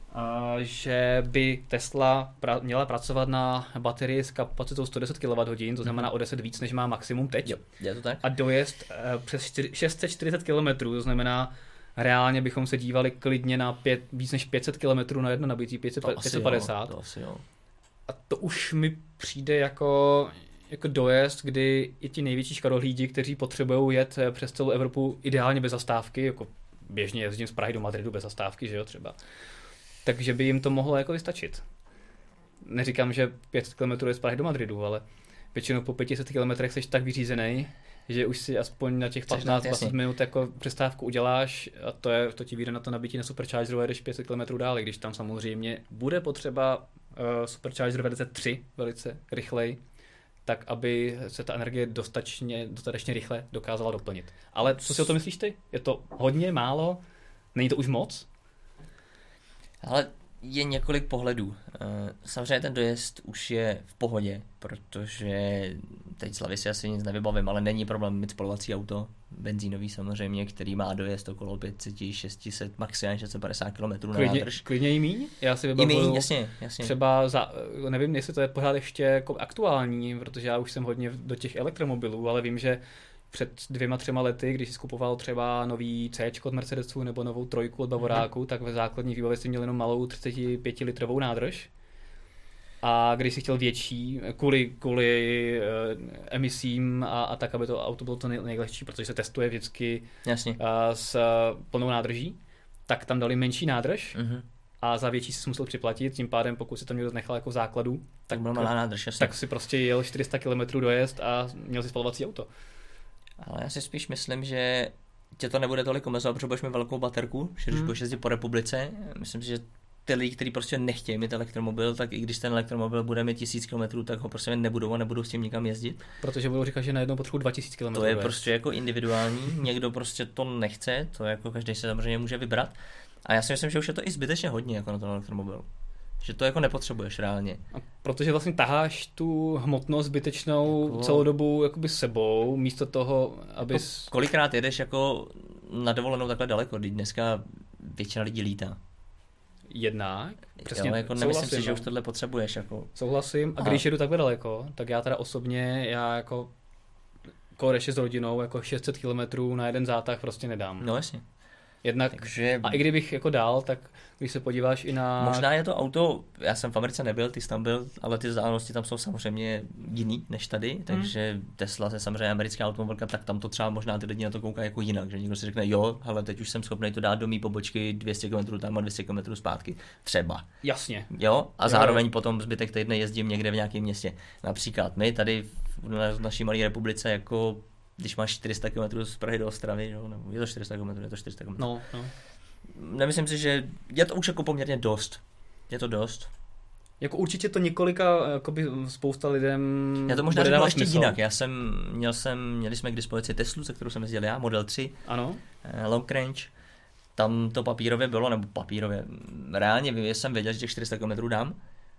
že by Tesla pra- měla pracovat na baterii s kapacitou sto deset kilowatthodin, to znamená o deset víc, než má maximum teď. Jo, je to tak. A dojezd přes šest set čtyřicet kilometrů, to znamená reálně bychom se dívali klidně na pět, víc než pět set kilometrů na jedno nabití, pět set padesát. To asi jo. A to už mi přijde jako, jako dojezd, kdy i ti největší škarohlídi, kteří potřebují jet přes celou Evropu ideálně bez zastávky, jako běžně jezdím z Prahy do Madridu bez zastávky, že jo, třeba. Takže by jim to mohlo jako vystačit. Neříkám, že pět set kilometrů je z Prahy do Madridu, ale většinou po pět set kilometrech jsi tak vyřízený, že už si aspoň na těch patnáct dvacet minut jako přestávku uděláš a to, je, to ti vyjde na to nabití na Superchargeru a jdeš pět set kilometrů dál, když tam samozřejmě bude potřeba uh, Supercharger verze tři velice rychlej, tak aby se ta energie dostatečně, dostatečně rychle dokázala doplnit. Ale co si o to myslíš ty? Je to hodně, málo? Není to už moc? Ale je několik pohledů. Samozřejmě ten dojezd už je v pohodě, protože teď z hlavy si asi nic nevybavím, ale není problém mít spalovací auto, benzínový samozřejmě, který má dojezd okolo pět set, šest set, maximálně šest set padesát kilometrů na nádrž. Klidně i míň? Já si vybavuju. I míň, jasně, jasně. Třeba, za, nevím, jestli to je pořád ještě jako aktuální, protože já už jsem hodně do těch elektromobilů, ale vím, že před dvěma, třema lety, když jsi skupoval třeba nový C od Mercedesu nebo novou trojku od Bavoráku, mm-hmm. tak ve základní výbavě jsi měl jenom malou třicet pět litrovou nádrž. A když jsi chtěl větší, kvůli, kvůli uh, emisím a, a tak, aby to auto bylo to nej, nejlehčí, protože se testuje vždycky uh, s uh, plnou nádrží, tak tam dali menší nádrž mm-hmm. a za větší si musel připlatit, tím pádem pokud si tam někdo nechal jako základu, tak, tak, malá nádrž, tak si prostě jel čtyři sta kilometrů dojezd a měl si spalovací auto. Ale já si spíš myslím, že tě to nebude tolik omezovat, protože budeš mít velkou baterku, že když hmm. budeš jezdit po republice, myslím si, že ty lidi, kteří prostě nechtějí mít elektromobil, tak i když ten elektromobil bude mít tisíc kilometrů, tak ho prostě nebudou a nebudou s tím nikam jezdit. Protože budou říkat, že najednou potřebují dva tisíce kilometrů. To je prostě jako individuální, někdo prostě to nechce, to jako každý se samozřejmě může vybrat. A já si myslím, že už je to i zbytečně hodně jako na ten elektromobil. Že to jako nepotřebuješ reálně. A protože vlastně taháš tu hmotnost zbytečnou jako... celou dobu jakoby sebou, místo toho, abys... Jako kolikrát jedeš jako na dovolenou takhle daleko, když dneska většina lidí lítá. Jednak, přesně, jo, jako nemyslím si, že už tohle potřebuješ. Jako... Souhlasím, a když jedu takhle daleko, tak já teda osobně, já jako koreši s rodinou, jako šest set kilometrů na jeden zátah prostě nedám. No jasně. Jednak, Takže... a i kdybych jako dál, tak když se podíváš i na... Možná je to auto, já jsem v Americe nebyl, ty jsi tam byl, ale ty vzdálenosti tam jsou samozřejmě jiný než tady, takže hmm. Tesla je samozřejmě americká automobilka, tak tam to třeba možná ty lidi na to koukají jako jinak, že někdo si řekne, jo, hele, teď už jsem schopný to dát do mý pobočky dvě stě kilometrů tam a dvě stě kilometrů zpátky, třeba. Jasně. Jo, a zároveň jo. Potom zbytek týdne jezdím někde v nějakém městě. Například my tady v naší malé republice jako když máš čtyři sta kilometrů z Prahy do Ostravy, jo, nebo je to čtyři sta kilometrů, je to čtyři sta kilometrů. No, no. Nemyslím si, že je to už jako poměrně dost. Je to dost. Jako určitě to několika, jakoby spousta lidem já to možná řeknu ještě jinak. Já jsem, měl jsem, měli jsme k dispozici Teslu, se kterou jsem jezdil já, Model tři. Ano. Long range. Tam to papírově bylo, nebo papírově. Reálně jsem věděl, že těch čtyři sta kilometrů dám.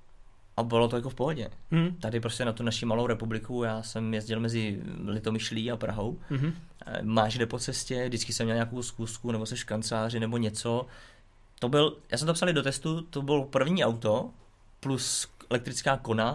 A bylo to jako v pohodě. Hmm. Tady prostě na tu naši malou republiku, já jsem jezdil mezi Litomyšlí a Prahou. Hmm. Máš jde po cestě, vždycky jsem měl nějakou zkusku, nebo seš v kanceláři, nebo něco. To byl, já jsem to psal do testu, to byl první auto, plus elektrická Kona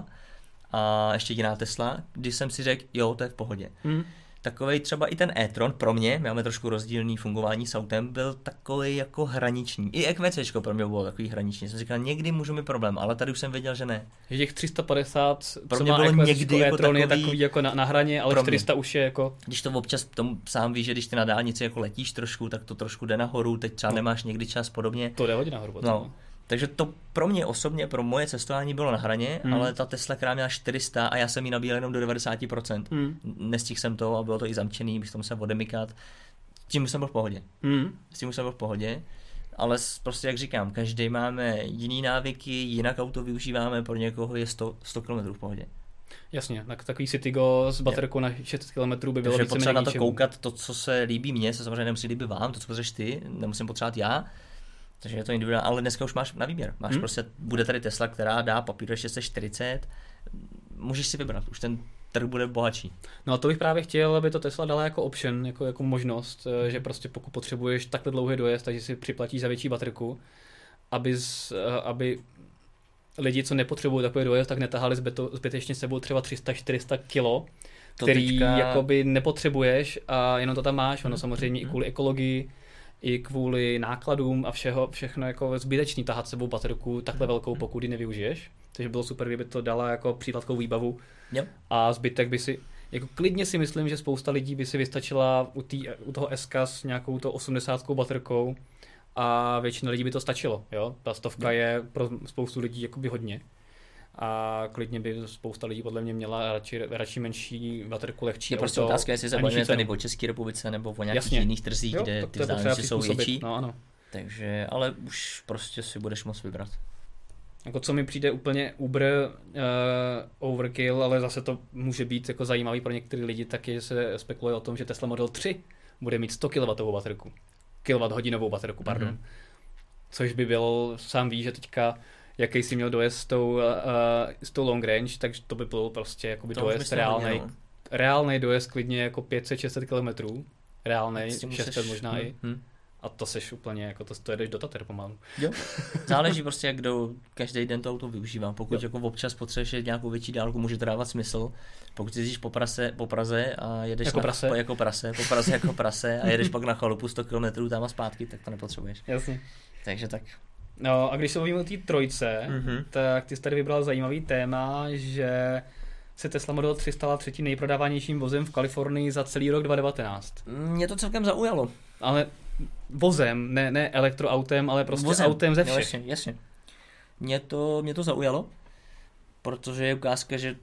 a ještě jiná Tesla, když jsem si řekl, jo, to je v pohodě. Hmm. Takovej třeba i ten e-tron pro mě, máme trošku rozdílný fungování s autem, byl takový jako hraniční. I EQCčko pro mě bylo takový hraniční. Jsem říkal, někdy můžu mít problém, ale tady už jsem věděl, že ne. Že těch tři sta padesát, pro co mě má bylo někdy jako e-tron, takový, je takový jako na, na hraně, ale čtyři sta už je jako... Když to občas tomu sám víš, že když ty na dálnici jako letíš trošku, tak to trošku jde nahoru, teď třeba no. nemáš někdy čas podobně. To jde hodně nahoru. Potom. No. Takže to pro mě osobně, pro moje cestování bylo na hraně, hmm. ale ta Tesla, která měla čtyři sta a já jsem ji nabíjel jenom do devadesát procent. Hmm. Nestihl jsem to a bylo to i zamčený, bych to musel odemykat. S tím už jsem byl v pohodě. Hmm. S tím už jsem byl v pohodě. Ale prostě jak říkám, každý máme jiný návyky, jinak auto využíváme, pro někoho je sto, sto kilometrů v pohodě. Jasně, tak takový Citigo s baterkou na šest set kilometrů by bylo víceméně potřeba na to ničemu. Koukat, to, co se líbí mně, se samozřejmě nemusí líbit vám, to, co potřebuješ ty, nemusím potřebovat já. Takže je to individuální, ale dneska už máš na výběr. Máš hmm. prostě, bude tady Tesla, která dá papíru šest set čtyřicet, můžeš si vybrat, už ten trh bude bohatší. No a to bych právě chtěl, aby to Tesla dala jako option, jako, jako možnost, že prostě pokud potřebuješ takhle dlouhý dojezd, takže si připlatíš za větší baterku, aby, z, aby lidi, co nepotřebují takový dojezd, tak netahali zbytečně s sebou třeba tři sta čtyři sta kilo, který teďka... jakoby nepotřebuješ a jenom to tam máš, ono samozřejmě hmm. i kvůli ekologii, i kvůli nákladům a všeho, všechno jako zbytečný tahat sebou baterku takhle velkou, pokud ji nevyužiješ. Takže bylo super, kdyby to dala jako příplatkovou výbavu. Yep. A zbytek by si, jako klidně si myslím, že spousta lidí by si vystačila u, tý, u toho S K s nějakou to osmdesátkou baterkou a většina lidí by to stačilo. Jo? Ta stovka yep. je pro spoustu lidí jakoby hodně. A klidně by spousta lidí podle mě měla radši, radši menší baterku, lehčí je auto. Prostě otázka, jestli se bavíme tady o České republice nebo o nějakých Jasně. jiných trzích, jo, kde ty vzdálenosti jsou větší. No, ano. Takže, ale už prostě si budeš moct vybrat. Jako co mi přijde úplně uber uh, overkill, ale zase to může být jako zajímavý pro některé lidi, taky se spekuluje o tom, že Tesla Model tři bude mít sto kilowattů baterku. Kilowatt hodinovou baterku, pardon. Mm-hmm. což by byl, sám víš, že teďka jaký jsi měl dojezd s tou, uh, s tou long range, takže to by byl prostě jakoby dojezd reálnej, no. reálnej dojezd klidně jako pět set šest set kilometrů, reálnej, šest set možná hmm. i. Hmm. A to seš úplně, jako to, to jedeš do Tater pomalu. Jo, záleží prostě, jak kdo každý den to auto využívá. Pokud jako občas potřebuješ jet nějakou větší dálku, může to dávat smysl. Pokud jezdíš po, prase, po Praze a jedeš jako na, prase. Po, jako prase, po Praze jako prase a jedeš pak na chalupu sto kilometrů tam a zpátky, tak to nepotřebuješ. Jasně. Takže tak. No a když se mluvíme o té trojce, mm-hmm. tak ty jsi tady vybral zajímavý téma, že se Tesla Model tři stala třetím nejprodávanějším vozem v Kalifornii za celý rok dva tisíce devatenáct. Mě to celkem zaujalo. Ale vozem, ne, ne elektroautem, ale prostě vozem. Autem ze všech. No, jasně, jasně. Mě to, mě to zaujalo, protože je ukázka, že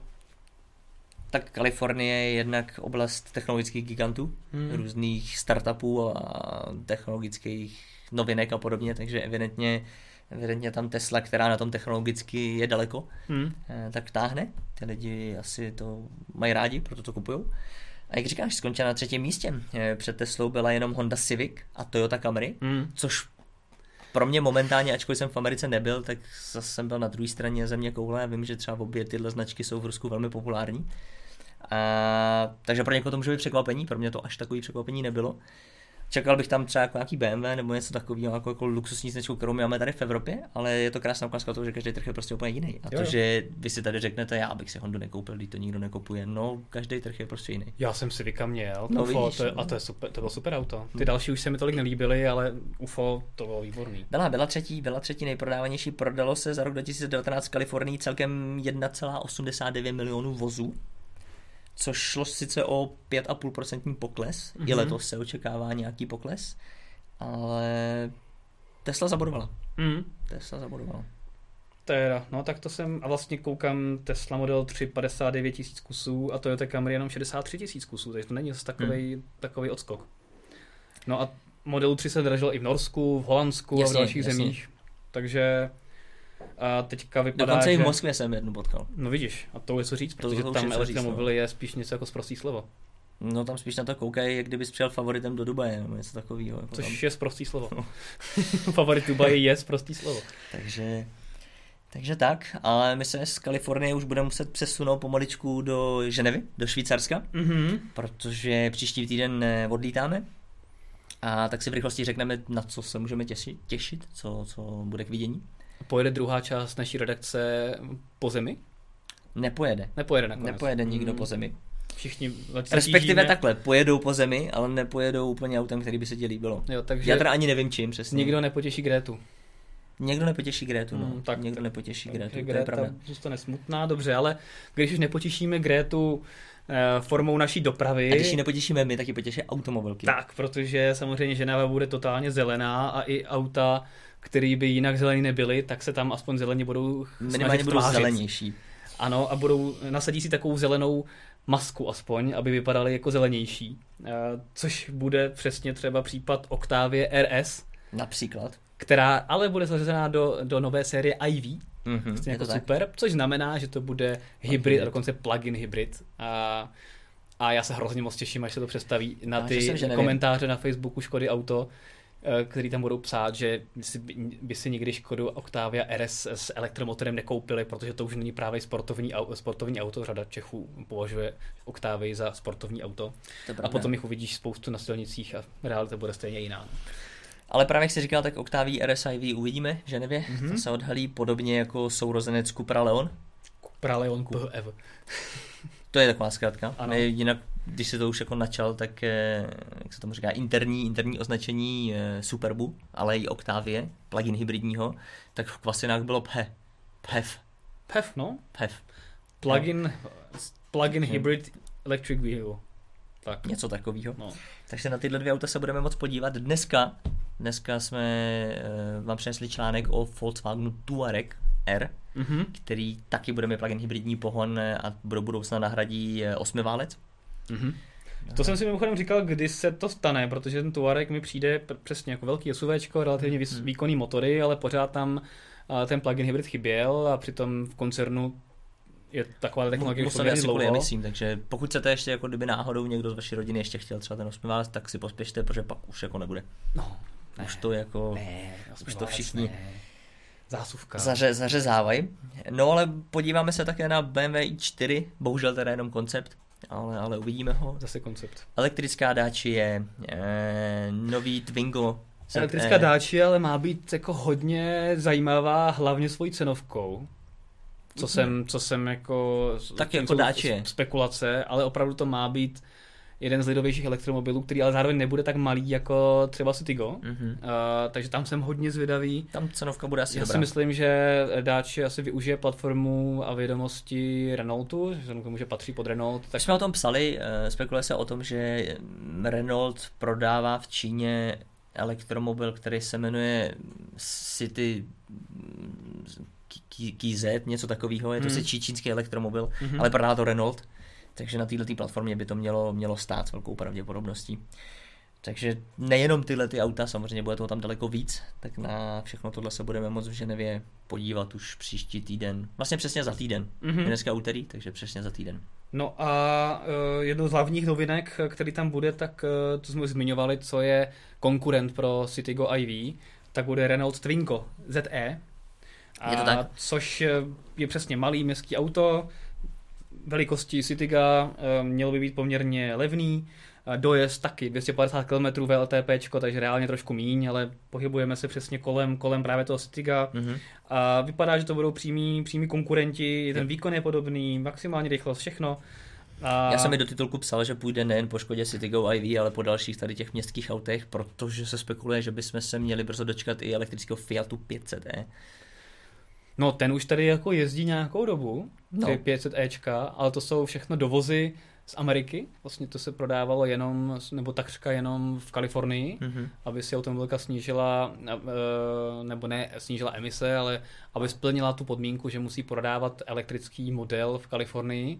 tak Kalifornie je jednak oblast technologických gigantů, hmm. různých startupů a technologických novinek a podobně, takže evidentně, evidentně tam Tesla, která na tom technologicky je daleko, hmm. tak táhne. Ty lidi asi to mají rádi, proto to kupujou. A jak říkáš, skončila na třetím místě. Před Teslou byla jenom Honda Civic a Toyota Camry, hmm. což pro mě momentálně, ačkoliv jsem v Americe nebyl, tak zase jsem byl na druhé straně země koule a vím, že třeba obě tyhle značky jsou v Rusku velmi populární. A, takže pro někoho to může být překvapení, pro mě to až takový překvapení nebylo. Čekal bych tam třeba jako nějaký B M W nebo něco takového, jako, jako luxusní značku, kterou máme tady v Evropě, ale je to krásná ukázka toho, že každý trh je prostě úplně jiný. A to, jo, jo. že vy si tady řeknete, já bych si Hondu nekoupil, když to nikdo nekupuje, no každý trh je prostě jiný. Já jsem Civica měl, no, U F O, vidíš, to je, no. a to, je super, to bylo super auto. Ty hmm. další už se mi tolik nelíbily, ale U F O to bylo výborný. Byla, byla třetí, byla třetí nejprodávanější, prodalo se za rok dva tisíce devatenáct v Kalifornii celkem jedna celá osmdesát devět milionů vozů. Což šlo sice o pět celá pět procenta pokles, mm-hmm. i letos se očekává nějaký pokles, ale Tesla zabodovala. Mm. Tesla zabodovala. Teda, no tak to jsem, a vlastně koukám, Tesla Model tři padesát devět tisíc kusů a Toyota Camry jenom šedesát tři tisíc kusů, takže to není zase takovej, mm. takovej odskok. No a Model tři se držel i v Norsku, v Holandsku jasně, a v dalších jasně. zemích, takže a teďka vypadá, dokonce že... i v Moskvě jsem jednu potkal. No vidíš, a to je co říct, protože to tam elektromobily je spíš něco jako sprostý slovo. No tam spíš na to koukají, jak kdybys přijel favoritem do Dubaje, nebo něco takového. Jako což tam. je sprostý slovo. No. Favorit Dubaje je sprostý slovo. takže, takže tak, ale my se z Kalifornie už budeme muset přesunout pomaličku do Ženevy, do Švýcarska, mm-hmm. protože příští týden odlítáme. A tak si v rychlosti řekneme, na co se můžeme těšit, těšit co, co bude k vidění. Pojede druhá část naší redakce po zemi? Nepojede. Nepojede nakonec. Nepojede nikdo hmm. po zemi. Všichni respektive tížíme. Takhle, pojedou po zemi, ale nepojedou úplně autem, který by se ti líbilo. Jo, takže já teda ani nevím čím přesně. Nikdo nepotěší Grétu. Někdo nepotěší Grétu, no. Hmm, tak, někdo nepotěší Grétu, to Greta je pravda. Zůstane smutná, dobře, ale když už nepotěšíme Grétu eh, formou naší dopravy. A když ji nepotěšíme my, tak ji potěší automobilky. Tak, protože samozřejmě Ženeva bude totálně zelená a i auta, který by jinak zelený nebyly, tak se tam aspoň zeleně budou minimálně budou tvářit. zelenější. Ano, a budou, nasadí si takovou zelenou masku aspoň, aby vypadaly jako zelenější. Uh, což bude přesně třeba případ Octavie R S. Například. Která ale bude zařazená do, do nové série I V. Mm-hmm, jako super, tak? Což znamená, že to bude hybrid, a dokonce plug-in hybrid. A, a já se hrozně moc těším, až se to představí na no, ty komentáře na Facebooku Škody Auto, který tam budou psát, že by si, by si nikdy Škodu Octavia R S s elektromotorem nekoupili, protože to už není právě sportovní, sportovní auto. Řada Čechů považuje Octavii za sportovní auto. A potom jich uvidíš spoustu na silnicích a realita bude stejně jiná. Ale právě jak jsi říkal, tak Octavii R S I V uvidíme v Ženevě. Mm-hmm. To se odhalí podobně jako sourozenec Cupra Leon. Cupra Leon P F. To je taková zkrátka. Ne, jinak, když se to už jako načal, tak jak se tomu říká, interní, interní označení Superbu, ale i Octavie, plug-in hybridního, tak v kvasinách bylo P H E. P H E V. P H E V, no. P H E V. Plug-in, no. plug-in hybrid electric vehicle. Tak. Něco takového. No. Takže na tyhle dvě auta se budeme moc podívat. Dneska, dneska jsme uh, vám přinesli článek o Volkswagenu Touareg R, mm-hmm. který taky bude mít plug-in hybridní pohon a do budoucna nahradí osmiválec. Mm-hmm. To jsem si mimochodem říkal, kdy se to stane, protože ten Touareg mi přijde přesně jako velký SUVčko, relativně mm-hmm. výkonný motory, ale pořád tam uh, ten plug-in hybrid chyběl a přitom v koncernu je taková technologie už asi kvůli emisím, takže pokud chcete ještě jako kdyby náhodou někdo z vaší rodiny ještě chtěl třeba ten osmiválec, tak si pospěšte, protože pak už jako nebude. No, Ne, už to jako, ne, už to všichni ne. Zásuvka. Zaře, zařezávají. No ale podíváme se také na B M W i čtyři, bohužel teda jenom koncept, ale, ale uvidíme ho. Zase koncept. Elektrická Dacia, eh, nový Twingo. Elektrická Dacia ale má být jako hodně zajímavá, hlavně svojí cenovkou. Co jsem, co jsem jako... Tak jako Dacia. Spekulace, ale opravdu to má být jeden z lidovějších elektromobilů, který ale zároveň nebude tak malý jako třeba Citigo. Mm-hmm. Uh, takže tam jsem hodně zvědavý. Tam cenovka bude asi Já dobrá. si myslím, že Dacia asi využije platformu a vědomosti Renaultu, že to může patří pod Renault. Tak... My jsme o tom psali, uh, spekuluje se o tom, že Renault prodává v Číně elektromobil, který se jmenuje City K Z, něco takového, je to hmm. si čínský elektromobil, hmm. ale prodává to Renault. Takže na této platformě by to mělo, mělo stát s velkou pravděpodobností. Takže nejenom tyhle ty auta, samozřejmě bude toho tam daleko víc, tak na všechno tohle se budeme moct v Ženevě podívat už příští týden. Vlastně přesně za týden. Mm-hmm. Je dneska úterý, takže přesně za týden. No a uh, jednou z hlavních novinek, který tam bude, tak uh, to jsme už zmiňovali, co je konkurent pro Citigo I V, tak bude Renault Twingo Z E. A je to tak? Což je přesně malý městský auto, velikosti Citiga, mělo by být poměrně levný, dojezd taky dvě stě padesát kilometrů VLTPčko, takže reálně trošku míň, ale pohybujeme se přesně kolem, kolem právě toho Citiga. Mm-hmm. A vypadá, že to budou přímí, přímí konkurenti, ten výkon je podobný, maximální rychlost, všechno. A... Já jsem mi do titulku psal, že půjde nejen po Škodě Citigo I V, ale po dalších tady těch městských autech, protože se spekuluje, že bychom se měli brzo dočkat i elektrického Fiatu pět set E. No ten už tady jako jezdí nějakou dobu, no. pět set Ečka, ale to jsou všechno dovozy z Ameriky. Vlastně to se prodávalo jenom, nebo takřka jenom v Kalifornii, mm-hmm. aby si automobilka snížila, nebo ne snížila emise, ale aby splnila tu podmínku, že musí prodávat elektrický model v Kalifornii,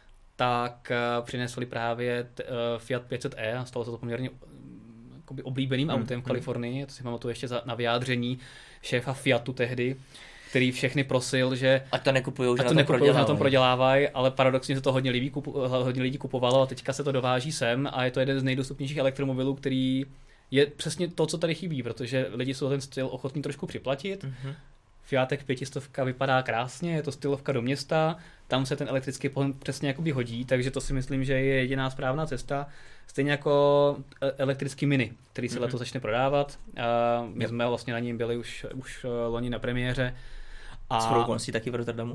tak přinesli právě Fiat pět set E a stalo se to poměrně jakoby oblíbeným mm-hmm. autem v Kalifornii. To si pamatuju ještě za, na vyjádření šéfa Fiatu tehdy, který všechny prosil, že a to nekupujou, že, a to na, tom nekupujou, že na tom prodělávají, ale paradoxně se to hodně, lidí kupu, hodně lidí kupovalo a teďka se to dováží sem a je to jeden z nejdostupnějších elektromobilů, který je přesně to, co tady chybí, protože lidi jsou ten styl ochotní trošku připlatit. Mm-hmm. Fiatek pětistovka vypadá krásně, je to stylovka do města, tam se ten elektrický pohon přesně jakoby hodí, takže to si myslím, že je jediná správná cesta. Stejně jako elektrický Mini, který se mm-hmm. letos začne prodávat. A my yep. jsme vlastně na ním byli už, už loni na premiéře. A s okolností taky v Rotterdamu?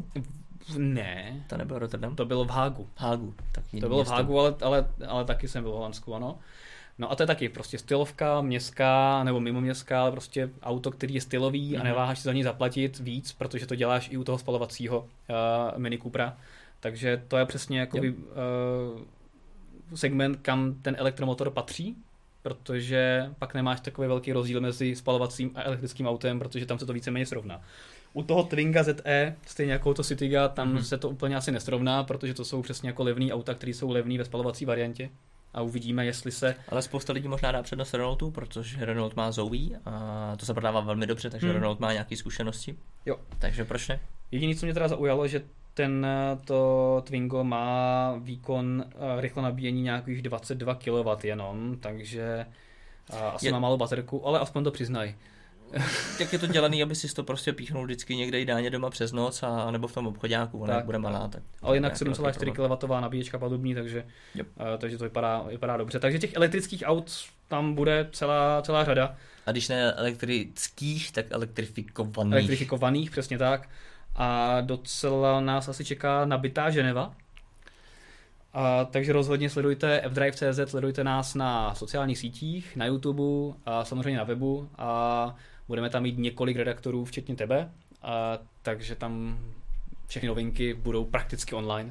Ne. To nebylo Rotterdam? To bylo v Hágu. Hágu. Tak to bylo město. v Hágu, ale, ale, ale taky jsem byl v Holandsku, ano. No a to je taky prostě stylovka, městská nebo mimoměstská, ale prostě auto, který je stylový mm-hmm. a neváháš si za něj zaplatit víc, protože to děláš i u toho spalovacího uh, Mini Coopera. Takže to je přesně jakoby uh, segment, kam ten elektromotor patří, protože pak nemáš takový velký rozdíl mezi spalovacím a elektrickým autem, protože tam se to víceméně srovná. U toho Twinga Z E, stejně jako to Citiga, tam mm-hmm. se to úplně asi nesrovná, protože to jsou přesně jako levný auta, které jsou levný ve spalovací variantě. A uvidíme, jestli se... Ale spousta lidí možná dá přednost Renaultu, protože Renault má Zoe a to se prodává velmi dobře, takže hmm. Renault má nějaké zkušenosti. Jo. Takže proč ne? Jediné, co mě teda zaujalo, že ten to Twingo má výkon rychlo nabíjení nějakých dvacet dva kilowattů jenom, takže asi je... má malou baterku, ale aspoň to přiznají. Jak je to dělaný, aby si to prostě píchnul vždycky někde ideálně doma přes noc a nebo v tom obchodáku, ona bude malá. Tak ale jinak sedm celá čtyři kilowattů nabíječka palubní, takže, yep. uh, takže to vypadá, vypadá dobře. Takže těch elektrických aut tam bude celá, celá řada. A když ne elektrických, tak elektrifikovaných. Elektrifikovaných, přesně tak. A docela nás asi čeká nabitá Ženeva. A, takže rozhodně sledujte F Drive tečka cé zet, sledujte nás na sociálních sítích, na YouTube a samozřejmě na webu a budeme tam mít několik redaktorů, včetně tebe, a, takže tam všechny novinky budou prakticky online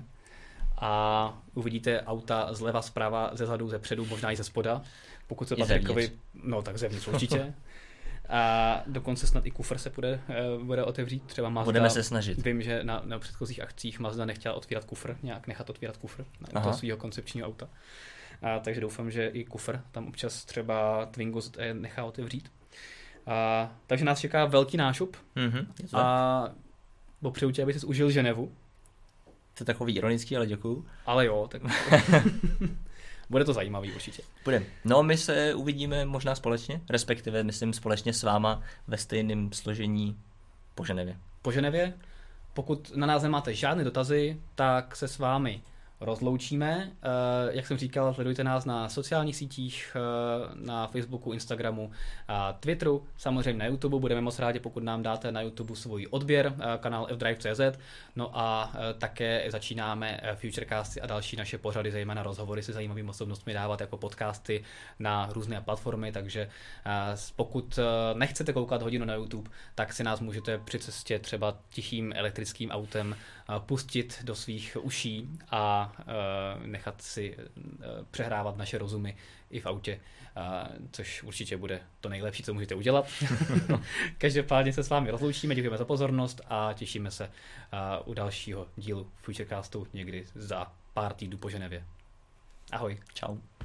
a uvidíte auta zleva, zprava, ze zadu, ze předu, možná i ze spoda, pokud se Patrikovi, no tak zevnitř určitě. A dokonce snad i kufr se bude, bude otevřít, třeba Mazda. Budeme se snažit. Vím, že na, na předchozích akcích Mazda nechtěla otvírat kufr, nějak nechat otvírat kufr na toho svého koncepčního auta. A, takže doufám, že i kufr tam občas třeba Twingo nechá otevřít. A, takže nás čeká velký nášup. Mm-hmm, a popřeju tě, aby jsi užil Ženevu. To je takový ironický, ale děkuju. Ale jo, tak bude to zajímavý určitě. Bude. No my se uvidíme možná společně, respektive myslím společně s váma ve stejném složení po Ženevě. Po Ženevě. Pokud na nás nemáte žádné dotazy, tak se s vámi rozloučíme. Jak jsem říkal, sledujte nás na sociálních sítích, na Facebooku, Instagramu a Twitteru. Samozřejmě na YouTube. Budeme moc rádi, pokud nám dáte na YouTube svůj odběr, kanál f drive tečka cé zet. No a také začínáme Futurecasty a další naše pořady, zejména rozhovory se zajímavými osobnostmi dávat jako podcasty na různé platformy, takže pokud nechcete koukat hodinu na YouTube, tak si nás můžete při cestě třeba tichým elektrickým autem pustit do svých uší a nechat si přehrávat naše rozumy i v autě, což určitě bude to nejlepší, co můžete udělat. Každopádně se s vámi rozloučíme, děkujeme za pozornost a těšíme se u dalšího dílu Futurecastu někdy za pár týdnů po Ženevě. Ahoj. Čau.